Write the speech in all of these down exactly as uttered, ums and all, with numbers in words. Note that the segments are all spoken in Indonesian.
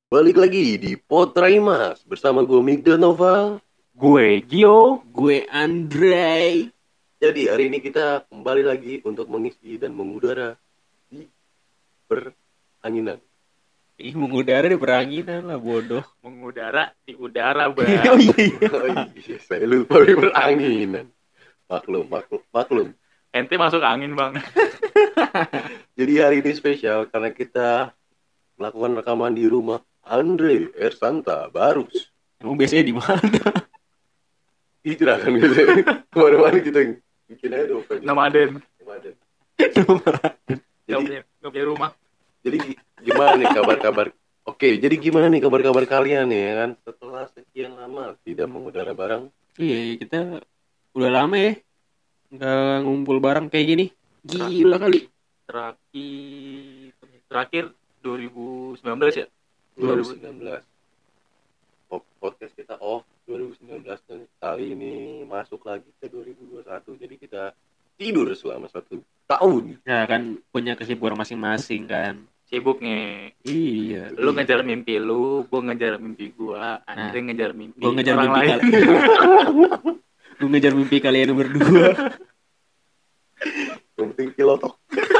Balik lagi di Potraimas bersama gue Migdo Noval. Gue Gio. Gue Andre. Jadi hari ini kita kembali lagi untuk mengisi dan mengudara di peranginan. Ih, mengudara di peranginan lah, bodoh. Mengudara di udara, Bang. Oh iya. Oh iya, saya lupa di peranginan. Maklum, maklum, maklum. Ente masuk angin, Bang. Jadi hari ini spesial karena kita melakukan rekaman di rumah Andre Ersanta Barus. Emang biasanya di mana? Itu lah kan gitu. Kemana-mana kita bikin aja dong. Nomaden. Nomaden. Gak Jadi, punya, gak punya rumah. jadi gimana nih kabar-kabar? Oke, jadi gimana nih kabar-kabar kalian nih ya kan? Setelah sekian lama tidak mengudara bareng. Iya, kita udah lama ya nggak ngumpul bareng kayak gini. Gila kali. Terakhir terakhir dua ribu sembilan belas ya? dua ribu sembilan belas. Podcast kita off dua ribu sembilan belas dan kali ini masuk lagi ke dua ribu dua puluh satu. Jadi kita tidur selama satu tahun. Ya kan punya kesibukan masing-masing kan. Sibuk nih. Iya. Lu ngejar mimpi lu, gue ngejar mimpi gua, Andre ngejar mimpi Gue ngejar orang mimpi lain. kalian. Gue ngejar mimpi kalian berdua. Yang penting kilotok.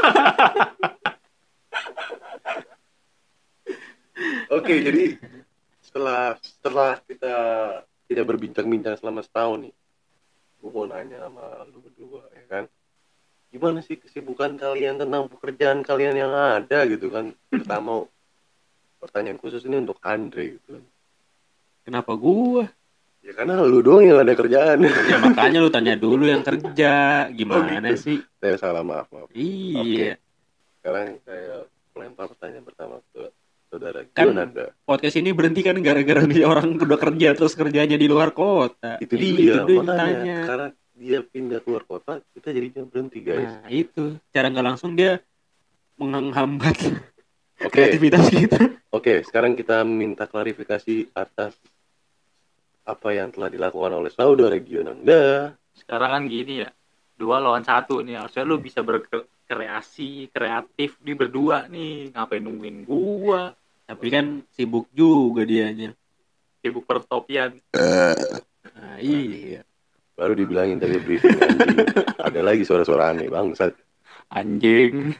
Oke, jadi setelah setelah kita tidak berbincang-bincang selama setahun nih, gue mau nanya sama lu berdua ya kan, gimana sih kesibukan kalian tentang pekerjaan kalian yang ada gitu kan? Pertama pertanyaan khusus ini untuk Andre gitu kan. Kenapa gua? Ya karena lu doang yang ada kerjaan. Ya makanya lu tanya dulu yang kerja. Gimana Oh, gitu. sih? Saya salah, maaf maaf. Iya. Sekarang saya melempar pertanyaan pertama ke saudara Kan Gionanda. podcast ini berhenti kan gara-gara nih orang udah kerja terus kerjanya di luar kota. Itu Itu- dia, itu dia makanya tanya. karena dia pindah keluar kota, kita jadinya berhenti guys. Nah itu cara nggak langsung dia menghambat Oke, kreativitas kita. oke. Sekarang kita minta klarifikasi atas apa yang telah dilakukan oleh saudara Gionanda. Sekarang kan gini ya, dua lawan satu nih. Harusnya lu bisa berkreasi, kreatif di berdua nih. Ngapain nungguin gua? Tapi kan sibuk juga dianya. Sibuk pertopian. Nah, iya. Baru dibilangin tadi briefing anjing. Ada lagi suara-suara aneh bangsat. Anjing.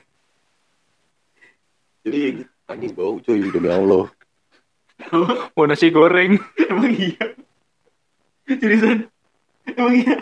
Jadi anjing bau cuy demi Allah. Mau nasi goreng. Emang iya. Seriusan? Emang iya.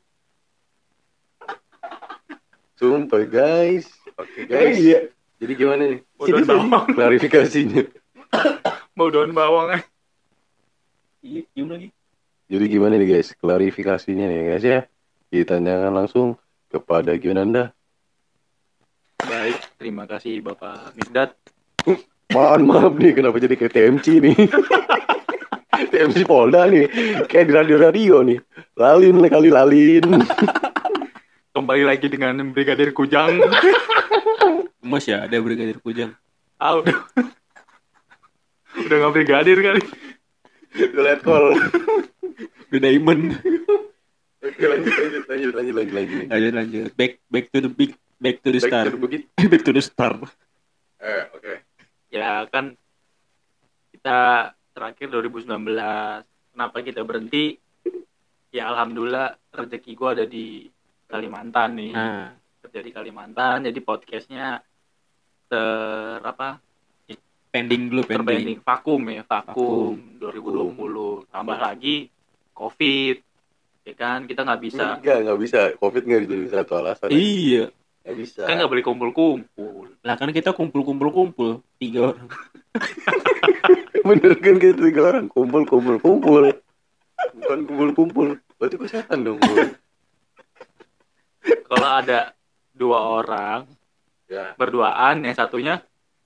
Sumpah guys. Oke Emang guys. iya. Jadi gimana nih Mau daun bawang. klarifikasinya? Mau daun bawang. Iya, cium lagi. Jadi gimana nih guys klarifikasinya nih guys ya? Kita tanyakan langsung kepada Gionanda. Baik, terima kasih Bapak Misdat. Mohon maaf nih kenapa jadi kayak T M C nih. T M C Polda nih. Kayak di radio-radio nih. Lalin kali lalin. Kembali lagi dengan Brigadir Kujang. Mas ya ada Brigadir Kujang. Ah, udah. Udah nggak brigadir kali. Gue liat call. The Diamond. Oke lanjut lanjut lanjut lanjut lanjut lanjut. Lanjut lanjut. Back back to the big back to the Back star. to the bukit. Back to the star. Eh oke. Ya kan kita terakhir dua ribu sembilan belas. Kenapa kita berhenti? Ya alhamdulillah rezeki gue ada di Kalimantan nih. Nah, Kerja di Kalimantan, jadi podcastnya ter apa? pending dulu pending. Terbanding vakum ya, vakum, Vakum. dua ribu dua puluh. Tambah lagi COVID. Ya kan kita nggak bisa. Enggak enggak bisa. Covid nggak jadi satu alasan. Iya. Nggak bisa. Kan nggak boleh kumpul-kumpul. Lah kan kita kumpul-kumpul-kumpul tiga orang. Bener kan kita tiga orang kumpul kumpul kumpul. Bukan kumpul kumpul. Berarti gue setan dong. Gue. Kalau ada dua orang Ya. berduaan, yang satunya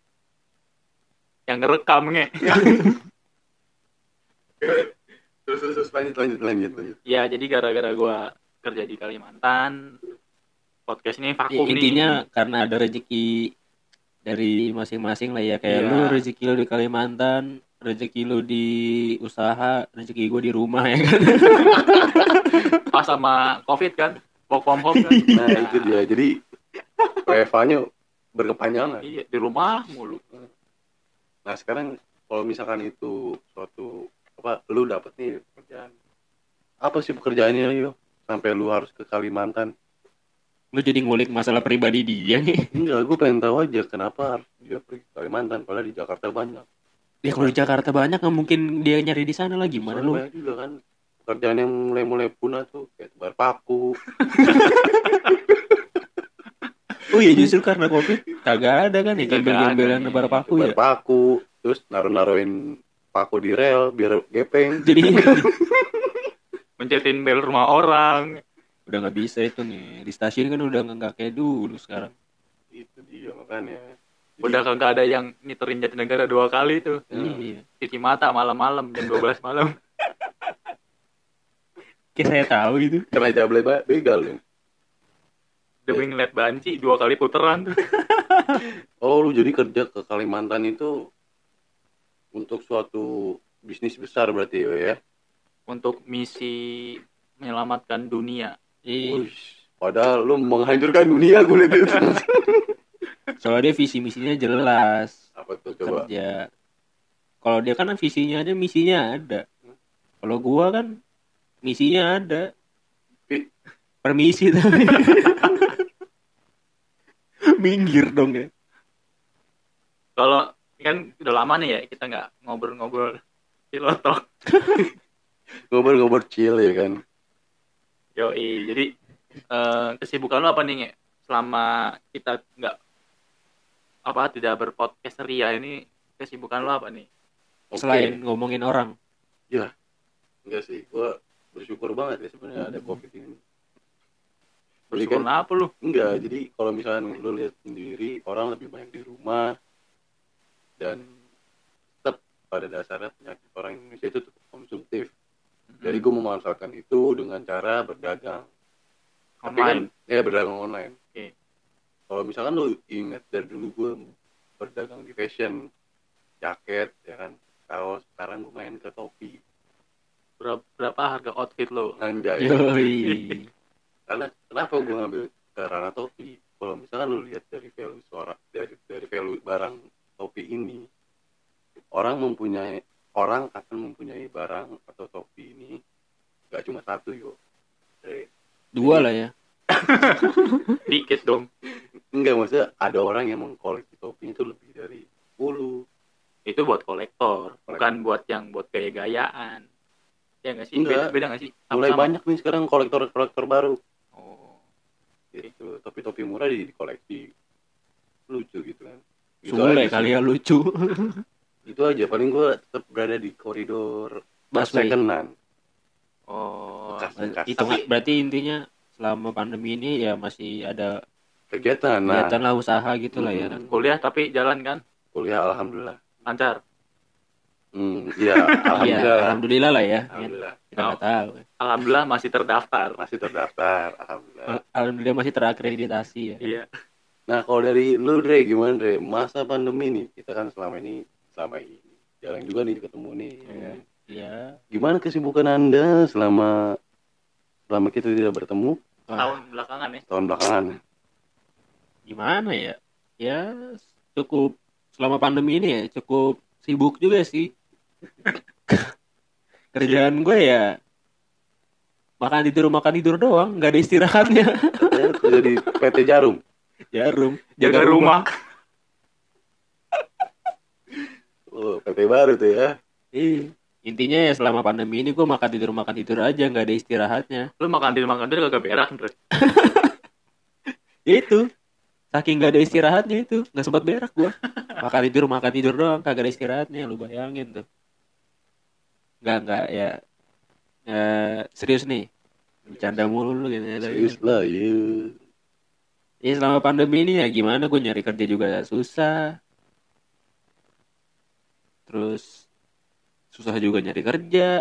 yang ngerekam nge. Terus terus terus lanjut lanjut lanjut lanjut. Ya jadi gara-gara gue kerja di Kalimantan, podcast ini Ya, vakum nih. intinya karena ada rezeki dari masing-masing lah ya. Kayak Iya. lu rezeki lu di Kalimantan, rezeki lu di usaha, rezeki gue di rumah ya kan. Pas sama COVID kan, work from home kan. Nah itu dia. Jadi W F H-nya berkepanjangan. Iya, di rumah mulu. Nah sekarang kalau misalkan itu suatu apa lu dapet nih pekerjaan, apa sih pekerjaannya yo sampai lu harus ke Kalimantan? Lu jadi ngulik masalah pribadi dia nih. Enggak, gue pengen tahu aja kenapa harus dia pergi ke Kalimantan padahal di Jakarta banyak. Ya kalau di Jakarta banyak nggak mungkin dia nyari di sana lagi. Gimana Soalnya lu? banyak juga kan pekerjaan yang mulai-mulai punah tuh kayak tebar paku. Oh iya justru karena covid kagak ada kan ya gembel-gembelan ada, nebar paku tebar ya. paku, terus naruh-naruhin paku di rel biar gepeng. Jadi Mencetin bel rumah orang. udah nggak bisa itu nih di stasiun kan udah nggak kayak dulu sekarang. Itu dia makanya. Jadi, Udah kagak ada yang ngiterin Jatinegara dua kali tuh. Iya. Cuci mata malam-malam jam dua belas malam. Kayak saya tahu itu. kena jable ba- begal dong. Demi ngeliat banci dua kali puteran tuh. Oh, lu jadi kerja ke Kalimantan itu untuk suatu bisnis besar berarti ya? Untuk misi menyelamatkan dunia. Iya. Uish, padahal lu menghancurkan dunia gue lihat itu. Soalnya dia visi misinya jelas. Apa tuh coba? Kerja. Kalau dia kan visinya ada, misinya ada. Kalau gua kan misinya ada. Pi- Permisi tapi. Minggir dong ya. Kalau kan udah lama nih ya kita nggak ngobrol-ngobrol pilotok. Ngobrol-ngobrol chill ya kan. Yoi, jadi eh, kesibukan lo apa nih Nge? Selama kita nggak apa tidak berpodcast ria ini kesibukan lo apa nih? Oke. Selain ngomongin orang. Ya, enggak sih, gua bersyukur banget ya sebenarnya ada covid ini. Jadi Bersyukur kan apa lu? enggak, jadi kalau misalnya lu lihat sendiri orang lebih banyak di rumah dan tetap pada dasarnya penyakit orang Indonesia itu tetap konsumtif. Jadi gue memanfaatkan itu dengan cara berdagang. Tapi kan, Online. ya berdagang online. Oke. Kalau misalkan lu ingat dari dulu gue berdagang di fashion, jaket, ya kan, kaos. Sekarang gue main ke topi, Berapa, berapa harga outfit lo? anjay. Yoi. Karena kenapa gue ngambil ke ranah topi? Kalau misalkan lu lihat dari value suara, dari dari value barang topi ini, orang mempunyai orang akan mempunyai barang atau topi ini gak cuma satu yo. Eh, Dua lah ya. Dikit dong. enggak, maksudnya ada orang yang mengkoleksi topi itu lebih dari sepuluh. Itu buat kolektor, Kolektor. bukan buat yang buat gaya-gayaan. Ya nggak sih? Enggak. Beda, beda nggak sih? Mulai Sama-sama. banyak nih sekarang kolektor-kolektor baru. Oh. Gitu. Topi-topi murah di koleksi. Lucu gitu kan. Gitu Sule aja sih. kali ya lucu. Itu aja, paling gue tetap berada di koridor Busway. second-hand. Oh. Bekas-bekas. Itu nggak berarti intinya selama pandemi ini ya masih ada Kegiatan, nah. kegiatan lah usaha gitu lah ya. Hmm. Kuliah tapi jalan kan? Kuliah alhamdulillah. Lancar. Hmm, iya, Iya, alhamdulillah. alhamdulillah lah ya. Alhamdulillah. Kita nggak tahu. Alhamdulillah masih terdaftar. Masih terdaftar, alhamdulillah. Alhamdulillah masih terakreditasi ya. Iya. Nah, kalau dari lu, Dre, gimana, Dre? Masa pandemi nih, kita kan selama ini, selama ini, jarang juga nih ketemu nih. Ya kan? Iya. Gimana kesibukan Anda selama selama kita tidak bertemu Wah, Tahun belakangan ya. tahun belakangan? gimana ya? Ya cukup selama pandemi ini ya cukup sibuk juga sih. Kerjaan gue ya makan tidur makan tidur doang, nggak ada istirahatnya. Saya kerja di P T Jarum. Jarum, Jaga rumah. Oh, P T baru tuh ya. Iya. Intinya ya selama pandemi ini gue makan tidur makan tidur aja, nggak ada istirahatnya. Lu makan tidur makan tidur kagak berak, Andre. Itu saking nggak ada istirahatnya itu nggak sempat berak gue. Makan tidur makan tidur doang, kagak ada istirahatnya. Lu bayangin tuh. Nggak nggak ya. Eh, serius nih, bercanda mulu lu gitu ya. Serius lah, iya. Ya selama pandemi ini ya gimana, gue nyari kerja juga susah. Terus susah juga nyari kerja.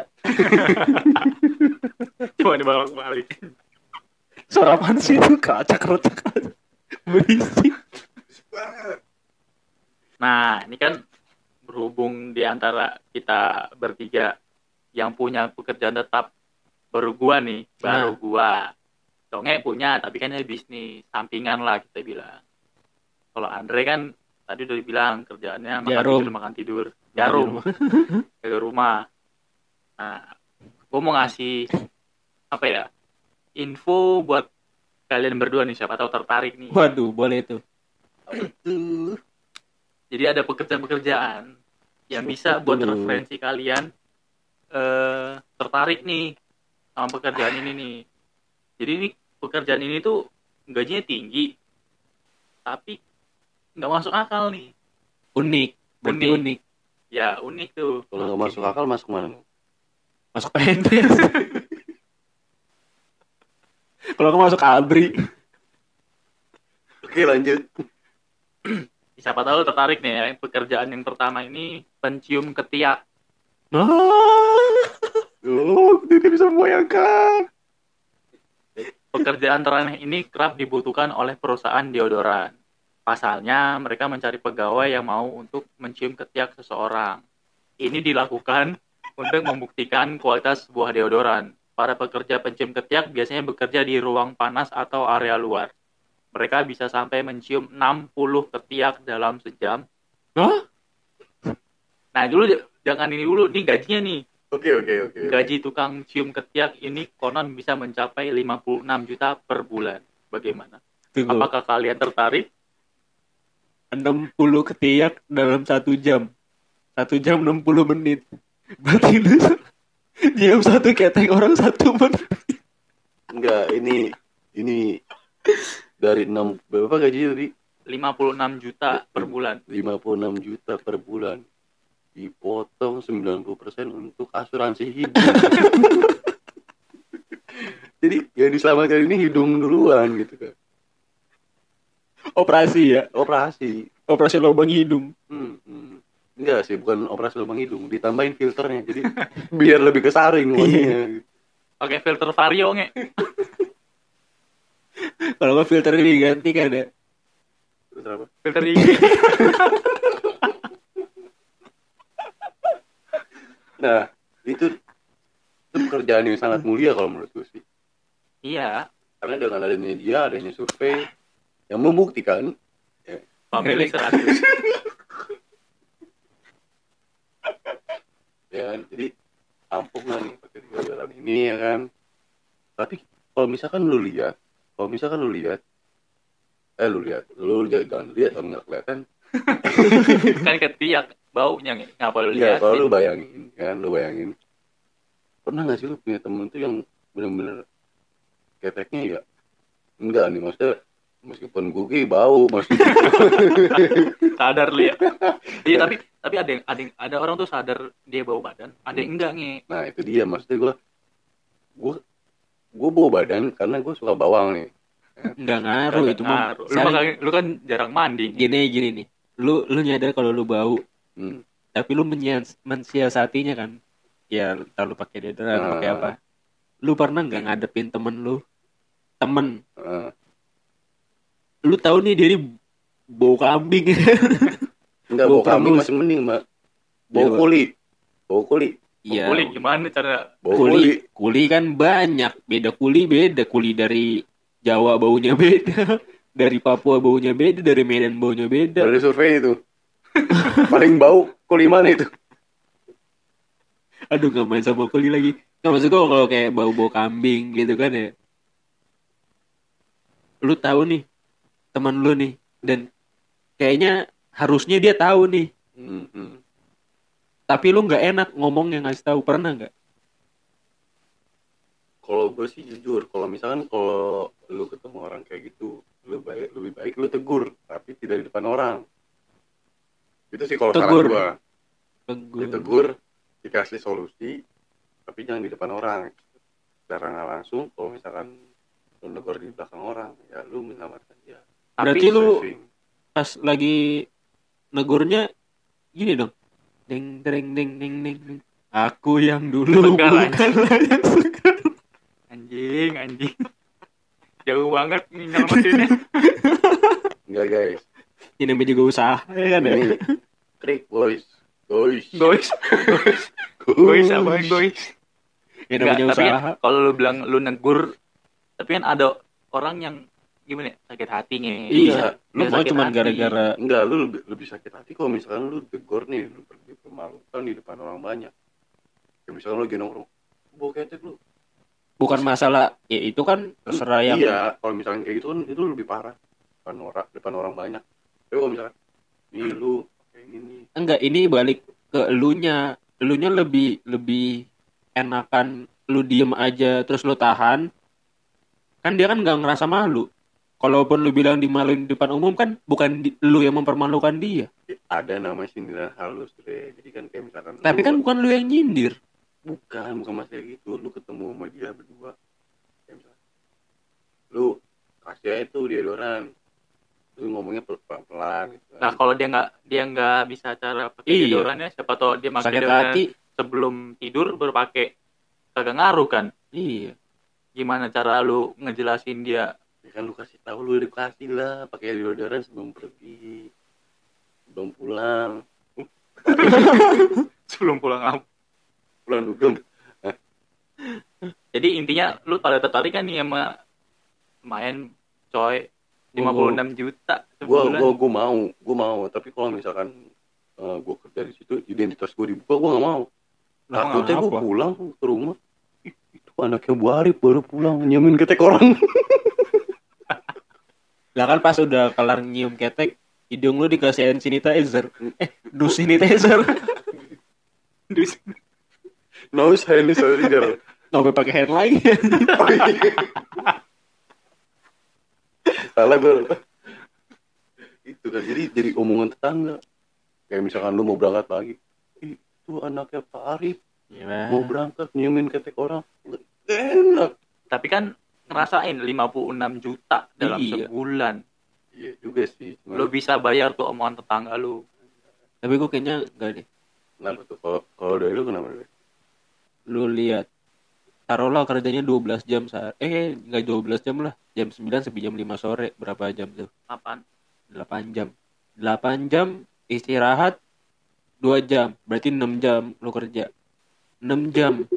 Cuma dibolak-balik. Suara apaan sih itu? Kacak retak berisik. Nah, ini kan berhubung di antara kita bertiga yang punya pekerjaan tetap baru gua nih, baru Nah. gua. Tonge punya, tapi kan ini bisnis sampingan lah kita bilang. Kalau Andre kan tadi udah dibilang kerjaannya makan Jarum. tidur makan tidur jarum ke rumah. Nah, gue mau ngasih apa ya info buat kalian berdua nih, siapa tahu tertarik nih. Waduh, boleh tuh. Tuh. Jadi ada pekerjaan-pekerjaan yang bisa buat Betul. referensi kalian eh, tertarik nih sama pekerjaan ini nih. Jadi ini pekerjaan ini tuh gajinya tinggi, tapi nggak masuk akal nih. Unik, berarti Unik. unik. Ya unik tuh. Kalau nggak masuk akal masuk mana? Masuk P N S. Kalau nggak masuk Abri. Oke lanjut. Siapa tahu tertarik nih ya. Pekerjaan yang pertama ini pencium ketiak. Ah. Oh, tidak bisa membayangkan. Pekerjaan teraneh ini kerap dibutuhkan oleh perusahaan deodoran. Pasalnya, mereka mencari pegawai yang mau untuk mencium ketiak seseorang. Ini dilakukan untuk membuktikan kualitas sebuah deodoran. Para pekerja pencium ketiak biasanya bekerja di ruang panas atau area luar. Mereka bisa sampai mencium enam puluh ketiak dalam sejam. Hah? Nah, dulu jangan ini dulu, nih gajinya nih. Oke oke oke. Gaji tukang cium ketiak ini konon bisa mencapai lima puluh enam juta per bulan. Bagaimana? Tunggu. Apakah kalian tertarik? enam puluh ketiak dalam satu jam. Satu jam enam puluh menit. Berarti lu diam satu ketek orang satu menit. Enggak, ini ini dari enam berapa gaji tadi? lima puluh enam juta per bulan. lima puluh enam juta per bulan. Dipotong sembilan puluh persen untuk asuransi hidup. Jadi yang diselamatkan ini hidung duluan gitu kan. Operasi ya. Operasi. Operasi lubang hidung. Hmm, hmm. Enggak sih, bukan operasi lubang hidung, ditambahin filternya. Jadi biar lebih kesaring wanginya. Pakai filter vario nge. Kalau nggak filter diganti kan ada. Terus apa? Filter gigi. Nah, itu itu pekerjaan yang sangat mulia kalau menurut gue sih. Iya. Karena dengan adanya dia, adanya survei yang membuktikan ya, Pemilih seratus. ya kan? Jadi ampuh lah nih pakai tiga jalan ini ya kan. Tapi kalau misalkan lu lihat, kalau misalkan lu lihat, eh lu lihat, lu jangan lihat kalau nggak kelihatan. Kan ketiak baunya nge. Ngapa lu Ya lihat? kalau lu bayangin, kan lu bayangin. Pernah nggak sih lu punya temen tuh yang benar-benar keteknya ya? Enggak nih maksudnya meskipun gugi bau maksudnya. Sadar lu ya. Iya tapi tapi ada yang ada yang, ada orang tuh sadar dia bau badan, ada yang enggak nge. Nah itu dia maksudnya gue, gue, gue bau badan karena gue suka bawang nih. Nggak ngaruh Kagak itu mah. ngaruh. Lu, Saling- makanya- lu kan jarang mandi. Nge. Gini gini nih. Lu lu nyadar kalau lu bau, Hmm. tapi lu menyias- mensiasatinya kan. Ya, entar lu pakai deodoran, Ah. pakai apa? Lu pernah nggak ngadepin temen lu? Temen, Uh, lu tahu nih dia ini bau kambing. enggak Bau bau kambing perengus. masih mending mbak. Bau Iya, kuli, bau kuli, Iya. Boleh gimana cara bau Kuli, kuli. kuli kan banyak. Beda kuli beda. Kuli dari Jawa baunya beda. Dari Papua baunya beda. Dari Medan baunya beda. Dari survei itu paling bau kuli mana itu? Aduh, nggak main sama kuli lagi. Nggak, maksud gue kalau kayak bau-bau kambing gitu kan ya. Lu tahu nih teman lu nih, dan kayaknya harusnya dia tahu nih, Hmm, hmm. tapi lu nggak enak ngomong yang ngasih tahu. Pernah nggak? Kalau gue sih jujur, kalau misalkan kalau lu ketemu orang kayak gitu, lu baik, lebih baik lu tegur, tapi tidak di depan orang. Itu sih kalau saran Tegur. gue. Tegur. Ditegur, dikasih solusi, tapi jangan di depan orang. Secara nggak langsung, kalau misalkan lu negur di belakang orang, ya lu menyelamatkan dia. Berarti lu Saving. pas lagi negurnya gini dong. Ding ding ding ding ding ding. Aku yang dulu Sekarang. bukanlah yang sekarang. anjing anjing. Jauh banget nih nyelamatinnya. Enggak guys, Ini namanya juga usaha ya kan ya. ini trik boys, boys, Guys, guys apa guys? Ini namanya Nggak, tapi usaha. kan kalau lu bilang lu negur, tapi kan ada orang yang gimana ya? Sakit hati nih. Iya, lu Bisa mau sakit cuman hati. gara-gara Enggak, lu lebih, lebih sakit hati kalau misalkan lu tegur nih, lu dipermalukan di depan orang banyak. Kayak misalkan lu lagi nongkrong, bawa ketek lu. bukan masalah ya itu kan terserah yang Iya, kalau misalkan kayak gitu kan itu lebih parah depan orang, depan orang banyak. Tapi kalau misalkan nih lu kayak gini, enggak, ini balik ke elunya. Elunya lebih lebih enakan lu diem aja terus lu tahan. Kan dia kan nggak ngerasa malu. Kalaupun lu bilang dimaluin di depan umum kan bukan di- lu yang mempermalukan dia. ada namanya sindiran halus, Dre. Jadi kan kayak misalkan Tapi lu- kan bukan lu yang nyindir. bukan, bukan masalah gitu. Lu ketemu sama dia berdua, kayak misalkan lu kasih aja tuh deodoran, lu ngomongnya pelan-pelan gitu kan. Nah, kalau dia nggak dia nggak bisa cara pakai Iya. deodorannya, siapa tahu dia pakai Sakit deodoran hati. sebelum tidur baru pakai, kagak ngaruh kan? Iya. Gimana cara lu ngejelasin dia Ya kan lu kasih tahu, lu edukasi lah, pakai deodoran sebelum pergi, sebelum pulang, sebelum pulang kampung? pulang dugem. Jadi intinya lu pada tertarik kan nih sama main coy lima puluh enam juta Gua, sebulan. gua, gua mau, gua mau. Tapi kalau misalkan uh, gua kerja di situ, identitas gua dibuka, gua nggak mau. Lah, Takutnya gua kenapa? pulang ke rumah, "Ih, itu anaknya Bu Arif baru pulang nyamin ketek orang." Lah kan pas udah kelar nyium ketek, hidung lu dikasih hand sanitizer. Eh, do sanitizer. Dus- No, saya ini saya tidak. Nggak pakai hand lagi. Oh, iya. Salah gua. Itu kan jadi jadi omongan tetangga. Kayak misalkan lu mau berangkat pagi, "Ih, itu anaknya Pak Arif Ya. mau berangkat nyiumin ketek orang." Enak. Tapi kan ngerasain lima puluh enam juta dalam Iya. sebulan. Iya juga sih. Cuman, Lu bisa bayar tuh omongan tetangga lu. Tapi gue kayaknya enggak deh. kenapa tuh? Kalau kalau dari lu kenapa? Dre? Lu lihat, taruhlah kerjanya dua belas jam sehari. Eh, enggak dua belas jam lah. Jam sembilan sampai jam lima sore. Berapa jam tuh? Apaan? delapan jam. delapan jam istirahat dua jam. Berarti enam jam lu kerja. enam jam.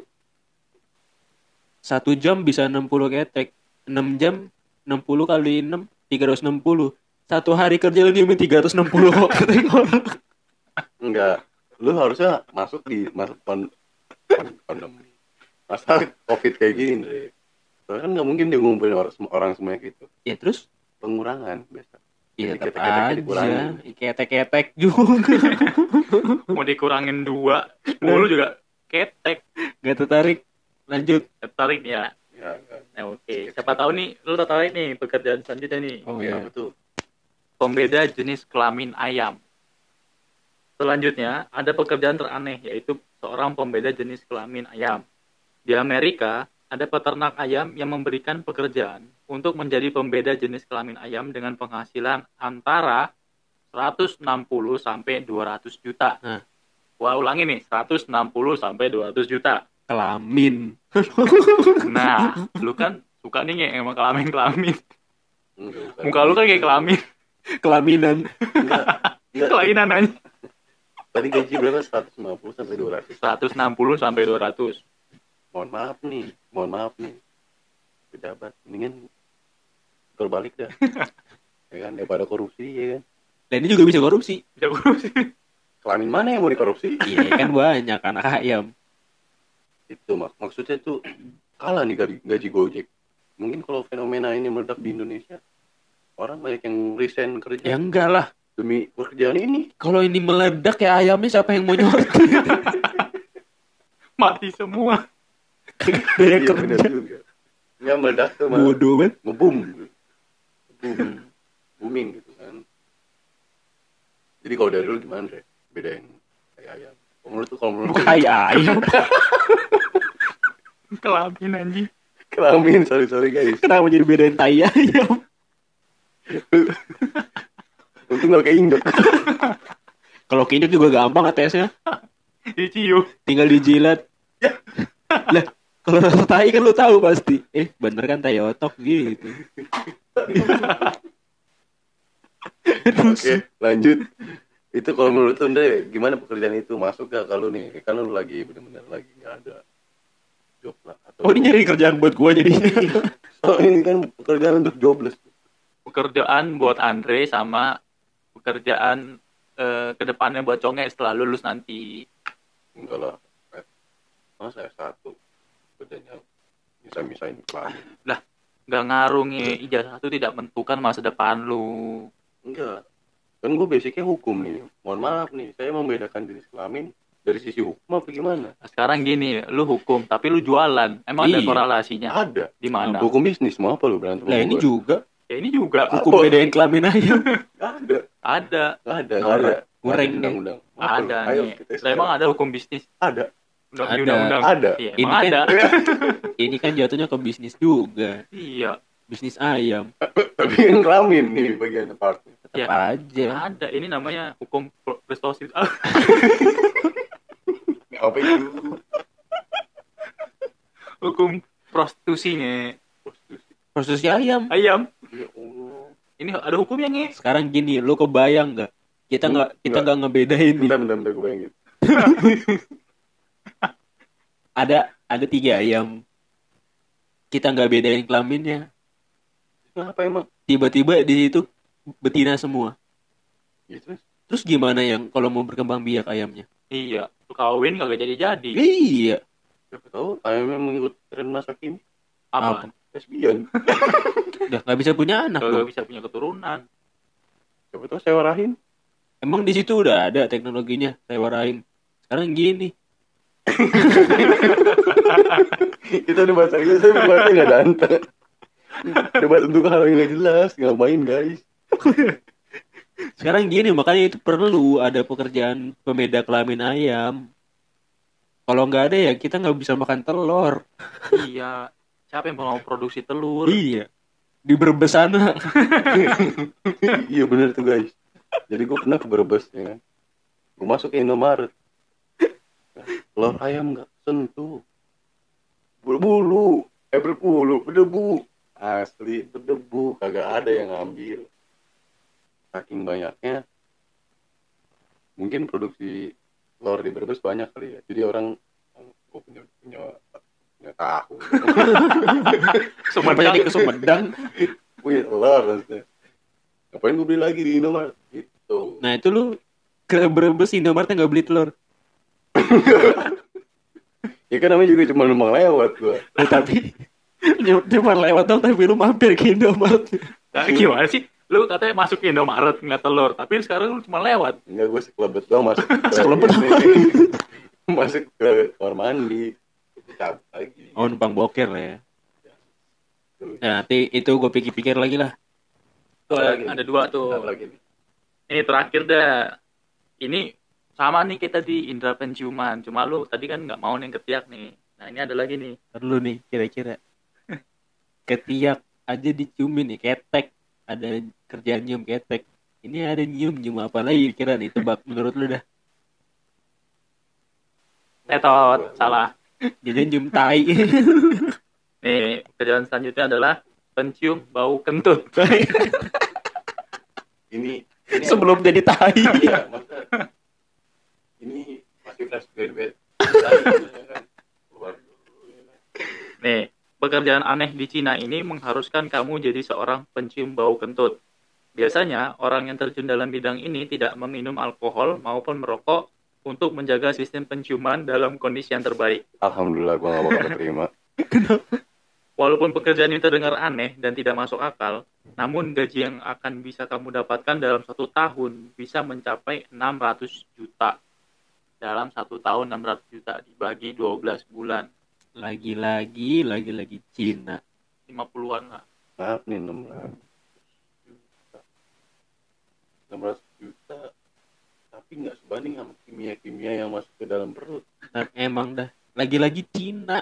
satu jam bisa enam puluh ketek. enam jam, enam puluh kali enam, tiga ratus enam puluh. Satu hari kerja lu nyiumin tiga ratus enam puluh kok ketek orang. Enggak. Lu harusnya masuk di masa pan- pan- pandemi. Masa Covid kayak gini. Dre. Soalnya kan nggak mungkin dia ngumpulin orang, semua orang semuanya gitu. Ya terus? Pengurangan biasa. Iya, Jadi tetap ketek-keteknya aja. dikurangin. Ketek-ketek juga. Mau dikurangin dua, sepuluh juga ketek. Gak tertarik. Lanjut. Tertarik ya. Ya, kan. Nah, oke. Siapa tahu nih lu tertarik nih pekerjaan selanjutnya nih. Oh Ya, iya. betul. Pembeda jenis kelamin ayam. Selanjutnya, ada pekerjaan teraneh, yaitu seorang pembeda jenis kelamin ayam. Di Amerika, ada peternak ayam yang memberikan pekerjaan untuk menjadi pembeda jenis kelamin ayam dengan penghasilan antara seratus enam puluh sampai dua ratus juta. Nah. Wah, ulangi nih, seratus enam puluh sampai dua ratus juta. Kelamin. Nah, lu kan suka nih nge emang kelamin-kelamin. Enggak, bukan. Muka lu kan kayak kelamin. Kelaminan. Enggak. Enggak. Kelainan aja. Tadi gaji berapa? seratus lima puluh sampai dua ratus. seratus enam puluh sampai dua ratus. Mohon maaf nih, mohon maaf nih. Pejabat, mendingan berbalik dah. Ya kan, daripada korupsi ya kan. Dan ini juga bisa korupsi. Bisa korupsi. Kelamin mana yang mau dikorupsi? Iya kan banyak anak ayam. Itu mak maksudnya tuh kalah nih gaji, gaji Gojek. Mungkin kalau fenomena ini meledak di Indonesia, orang banyak yang resign kerja Ya enggak lah. demi pekerjaan ini. Kalau ini meledak ya ayamnya siapa yang mau nyortir? Mati semua. Dia Iya benar kerja. juga. Nggak meledak tuh malah Bodoh banget. ngebum, boom, booming gitu kan. Jadi kalau dari lu gimana Dre? Bedain kayak ayam. Kalau menurut tuh kalau menurut Bukan ayam. Kelamin anjing. kelamin, sorry sorry guys. Kenapa jadi bedain tai ayam? Untung nggak kayak induk. Kalau keinjak juga gampang tesnya. Dicium. Tinggal dijilat. Lah, kalau rasa tai kan lu tahu pasti. Eh, bener kan tai otok gitu. Oke, lanjut. Itu kalau menurut lu Dre, gimana pekerjaan itu masuk gak kalau nih? Kan lu lagi benar-benar lagi nggak ada job lah. Atau Oh, ini nyari kerjaan buat gua jadi. Oh, ini kan pekerjaan untuk jobless. pekerjaan buat Andre sama pekerjaan eh, kedepannya buat Conge setelah lulus nanti. Enggak lah. Masa S satu kerjanya bisa-misain kelamin. Lah, nggak ngaruh nih, ijazah itu tidak menentukan masa depan lu. Enggak. Kan gue basicnya hukum nih. Mohon maaf nih, saya membedakan jenis kelamin dari sisi hukum apa gimana? Nah, sekarang gini, lu hukum tapi lu jualan. Emang ada Iya. korelasinya? Ada. Di mana? Hukum bisnis mau apa lu berantem Lah sama ini gua? juga Ya ini juga hukum Apa? bedain kelamin ayam. Ada. ada. Nggak ada, nggak ada. Kurang Nggak ada undang-undang. Apa lu? Ada Ayo nih. kita Lah, emang ada hukum bisnis? ada. Undang Ada. undang-undang. Ada. Iya, Ini emang kan- ada. Ini kan jatuhnya ke bisnis juga. Iya, Bisnis ayam. Tapi kan kelamin nih bagian part. Tetap Ya. aja. ada. Ini namanya hukum pro- prestasi. Ah, Apa itu? hukum prostitusinya. Prostitusi ayam. Ayam. Ya Allah. Ini ada hukumnya nih. Sekarang gini, lu kebayang nggak? Kita Hmm, nggak kita nggak. nggak ngebedain nih. Bentar, bentar, bentar, gue bayangin. Ada ada tiga ayam. Kita nggak bedain kelaminnya. Kenapa emang? Tiba-tiba di situ betina semua. Gitu. Terus gimana yang kalau mau berkembang biak ayamnya? Iya, lu kawin kagak jadi-jadi. Iya. Siapa tahu ayamnya mengikut tren masa kini. Apa? Lesbian. Udah nggak bisa punya anak Kagak dong. bisa punya keturunan. Siapa tahu sewa rahim. Emang di situ udah ada teknologinya, sewa rahim. Sekarang gini, Kita debat lagi, saya debatnya nggak danta. Debat untuk hal yang nggak jelas, ngapain guys? sekarang gini makanya itu perlu ada pekerjaan pembeda kelamin ayam. Kalau nggak ada ya kita nggak bisa makan telur. Iya. Siapa yang mau produksi telur? Iya. Di Brebes sana. Iya bener tuh guys. Jadi gue pernah ke Brebes ya kan. Gue masuk ke Indomaret. Telur ayam nggak sentuh. Berbulu, eh berbulu, berdebu. Asli berdebu, kagak ada yang ngambil. Saking banyaknya. Mungkin produksi telur di Brebes banyak kali ya. Jadi orang, gue punya punya punya tahu, Apa jadi ke Sumedang? punya telur maksudnya. Ngapain gue beli lagi di Indomaret? Gitu. Nah itu lu ke Brebes Indomaretnya nggak beli telur. Ya kan namanya juga cuma numpang lewat gua. Nah, tapi cuma lewat dong tapi lu mampir ke Indomaret. Nah, gimana sih? Lu katanya masuk ke Indomaret nggak telur, tapi sekarang lu cuma lewat. Enggak, gua sekelebet doang masuk. ke- Sekelebet masuk ke kamar mandi. Cabut lagi. Oh numpang boker lah ya. Nah, nanti itu gue pikir-pikir lagi lah. Tuh, Apa ada, lagi? ada dua tuh. Apa lagi nih? Ini terakhir dah. Ini sama nih kita di indera penciuman. Cuma lu tadi kan nggak mau nih ketiak nih. Nah ini ada lagi nih. Perlu nih kira-kira. Ketiak aja diciumin nih, ketek. Ada kerjaan nyium ketek. Ini ada nyium-nyium apa lagi kira nih, tebak menurut lu dah. Tetot, salah. Jadi nyium tai. Nih, kerjaan selanjutnya adalah pencium bau kentut. Ini ini Sebelum jadi tai. Iya, maksudnya ini masih fresh graduate. Keluar dulu, ya kan. Nih, pekerjaan aneh di Cina ini mengharuskan kamu jadi seorang pencium bau kentut. Biasanya, orang yang terjun dalam bidang ini tidak meminum alkohol maupun merokok untuk menjaga sistem penciuman dalam kondisi yang terbaik. Alhamdulillah gua gak bakal terima. Walaupun pekerjaan ini terdengar aneh dan tidak masuk akal, namun gaji yang akan bisa kamu dapatkan dalam satu tahun bisa mencapai enam ratus juta. Dalam satu tahun enam ratus juta dibagi dua belas bulan. Lagi-lagi, lagi-lagi Cina. lima puluhan lah. Maaf nih enam ratus juta. enam ratus juta tapi nggak sebanding sama kimia-kimia yang masuk ke dalam perut. Nah, emang dah. Lagi-lagi Cina.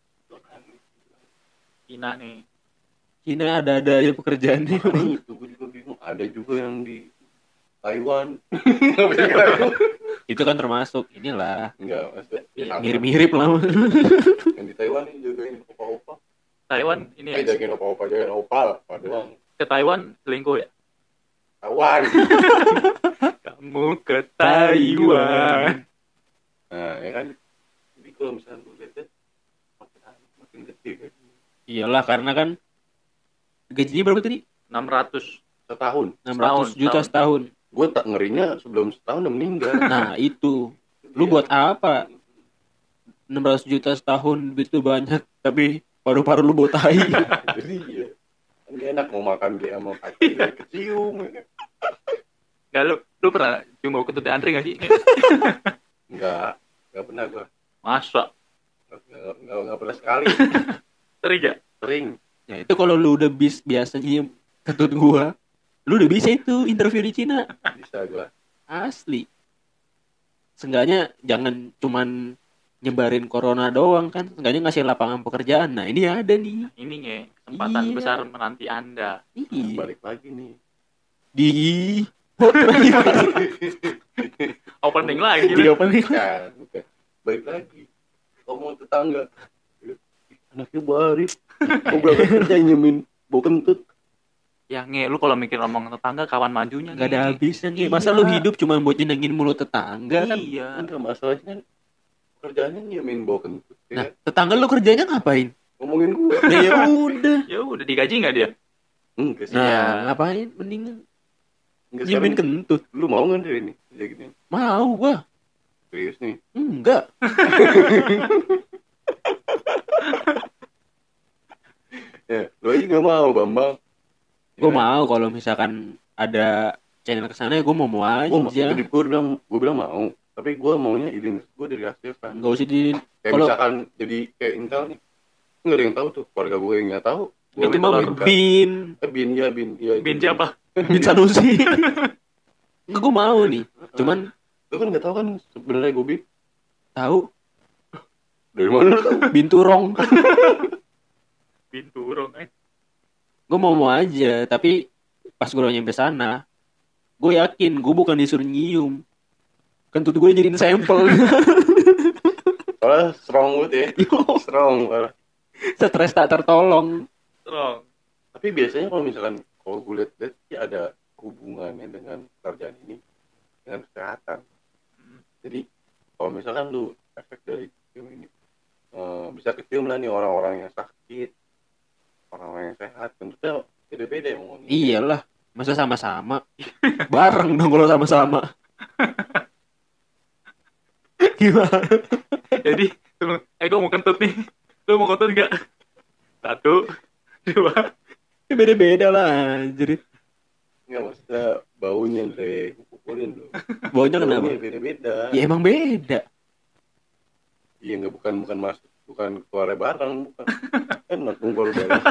Cina nih. Cina ada-ada aja pekerjaannya. Makanya itu gue juga bingung. Ada juga yang di Taiwan. Itu kan termasuk inilah. Enggak, maksudnya ya, sama. Mirip-mirip lah. Yang di Taiwan ini juga ini opa-opa. Taiwan ini Eh, ya. jangan opa-opa, jangan opal. Apa doang. Ke Taiwan selingkuh ya? Taiwan. Kamu ke Taiwan. Nah, ya kan. Jadi kalau misalnya gue lihat makin makin gede kan. Iyalah karena kan gajinya berapa tadi? enam ratus setahun. enam ratus juta setahun. Gue tak ngerinya sebelum setahun udah meninggal. Nah itu, lu buat apa? enam ratus juta setahun duit lu banyak, tapi paru-paru lu bau tai. Jadi ya, kan gak enak mau makan dia mau kaki dia kecium. Enggak, lu lu pernah cium bau kentut Andre enggak sih? Enggak, enggak pernah gue. Masa? Enggak, enggak, enggak pernah sekali. Sering ya? Sering. Ya itu kalau lu udah bis biasa nyium kentut gua, lu udah bisa itu interview di Cina. Bisa gue. Asli. Seenggaknya jangan cuman nyebarin corona doang kan, seenggaknya ngasih lapangan pekerjaan. Nah ini ada nih. Ini nge, kesempatan Iya. besar menanti Anda. Ih, Balik lagi nih. di Opening lagi di lu. opening. Bukan, bukan. Balik lagi. Ngomong tetangga. Anaknya baris. Mau berangkat kerja nyemin bau kentut. Ya nge, lu kalau mikir ngomong tetangga kawan majunya Gak ada Nge. habisnya nih. Masa Iya. lu hidup cuma buat nyenengin mulut tetangga kan? Iya. Enggak masalahnya kan kerjaannya nyemin bau kentut. Ya Nah, kan? tetangga lu kerjanya ngapain? Ngomongin gue. Nah, ya udah. Ya udah digaji enggak dia? Enggak sih. Nah, Iya. ngapain? Mendingan Enggak nyemin sekarang. kentut. Lu mau nggak deh ini? Kayak gini. Mau gua. Serius nih. Enggak. Ya, lu aja nggak mau, Bambang. Gue Ya. mau kalau misalkan ada channel kesana ya gue mau mau aja. Gue jadi gue bilang, gue bilang mau. Tapi gue maunya idin gue dari hasil kan. Gak usah di. Kayak Kalau misalkan jadi kayak Intel nih, nggak ada yang tahu tuh, keluarga gue yang nggak tahu. Gua itu minta mah mereka. bin Eh, bin ya bin ya. Bin siapa? bin Sanusi. Gue mau nih. Cuman Lu kan nggak tahu kan sebenarnya gue bin. tahu Dari mana lu tahu? bin Turong. Bin turun eh. Gue mau mau aja. Tapi pas gue udah nyampe sana, gue yakin gue bukan disuruh nyium. Kentut gue jadiin sampel. Soalnya strong banget ya. Strong parah. Stres tak tertolong. Strong. Tapi biasanya kalau misalkan kalau gue lihat sih ada hubungannya dengan kerjaan ini dengan kesehatan. Jadi kalau misalkan lu efek dari film ini eh, bisa kecium lah nih orang-orang yang sakit, orang-orang yang sehat, tentunya beda-beda ngomongnya. Iyalah, masa sama-sama. Bareng dong kalau sama-sama. Gimana? Jadi, lu- eh gue mau kentut nih. Lu mau kentut enggak? Satu, dua. Ya beda-beda lah, anjir. Nggak maksudnya baunya deh, pukulin lu. Baunya kenapa? Baunya beda-beda. Ya emang beda. Iya nggak bukan bukan masuk bukan keluar bareng bukan. Enak dong keluar bareng.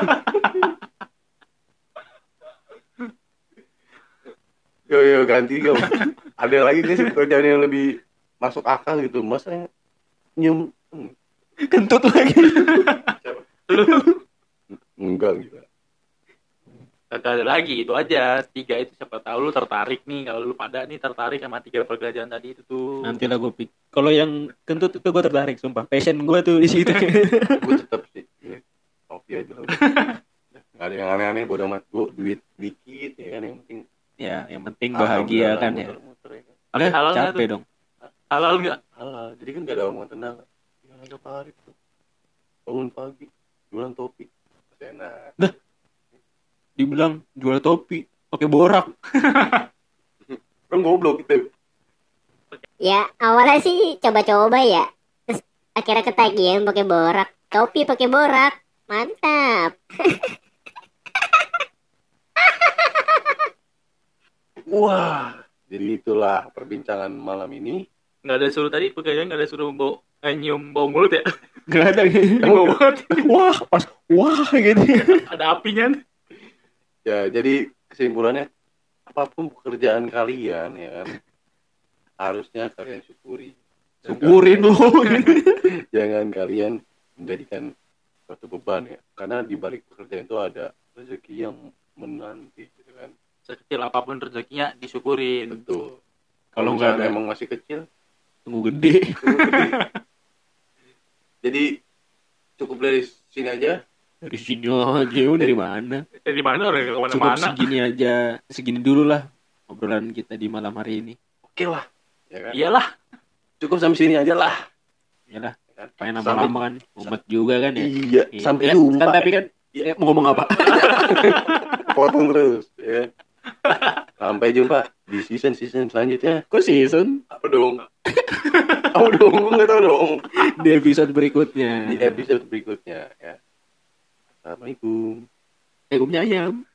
Yo yo ganti gak? Ada lagi nggak sih pekerjaan yang lebih masuk akal gitu? Masa nyium hmm, Kentut lagi. siapa? Lu Enggak gitu. kagak ada lagi, itu aja. Tiga itu siapa tahu lu tertarik nih. Kalau lu pada nih tertarik sama tiga pekerjaan tadi itu tuh. Nanti lah gue pik. Kalau yang kentut itu gue tertarik, sumpah. Passion gue tuh di situ. Gue tetap sih. Ya, oke aja lah. Nggak ada yang aneh-aneh. Bodoh amat gue duit dikit ya kan yang penting. Ya, yang penting bahagia kan ya. Muter-muter ya kan. Oke, Halal nggak capek tuh? dong. Halal enggak? Halal. Jadi kan gak ada omongan tenang. Yang ada Pak Arif tuh. Bangun pagi, jualan topi. Masih enak. Dibilang jual topi, pakai borak. Orang goblok gitu. Ya awalnya sih coba-coba ya. Terus akhirnya ketagihan pakai borak. Topi pakai borak. Mantap. Wah. Jadi itulah perbincangan malam ini. Nggak ada suruh tadi pekerjaan, nggak ada suruh bau eh, nyium bau mulut ya? Gak ada gitu. Bau banget. Wah, pas wah gitu. Ada apinya. Ya, jadi kesimpulannya apapun pekerjaan kalian ya kan harusnya kalian syukuri. Syukurin lu. Jangan kalian menjadikan suatu beban ya. Karena di balik pekerjaan itu ada rezeki yang menanti gitu kan. Sekecil apapun rezekinya disyukurin. Betul. Kalau Kalau nggak misalnya ada- emang masih kecil, Tunggu gede. tunggu gede. Jadi cukup dari sini aja. Dari sini aja, oh, dari mana? Eh, di mana orang Cukup kemana-mana? segini aja, segini dulu lah obrolan kita di malam hari ini. Oke lah. Ya kan? Iyalah. Cukup sampai sini aja lah. Yalah, Ya kan? pengen Sampai- lama-lama kan, umat juga kan ya. Iya, Iya. sampai Ya, jumpa. kan, tapi kan Iya. eh, mau ngomong apa? potong terus ya. Sampai jumpa di season season selanjutnya. Kok season? Apa dong? Apa dong? Gue nggak tahu dong. Di episode berikutnya. Di episode berikutnya ya. Assalamualaikum. Eh, ayam.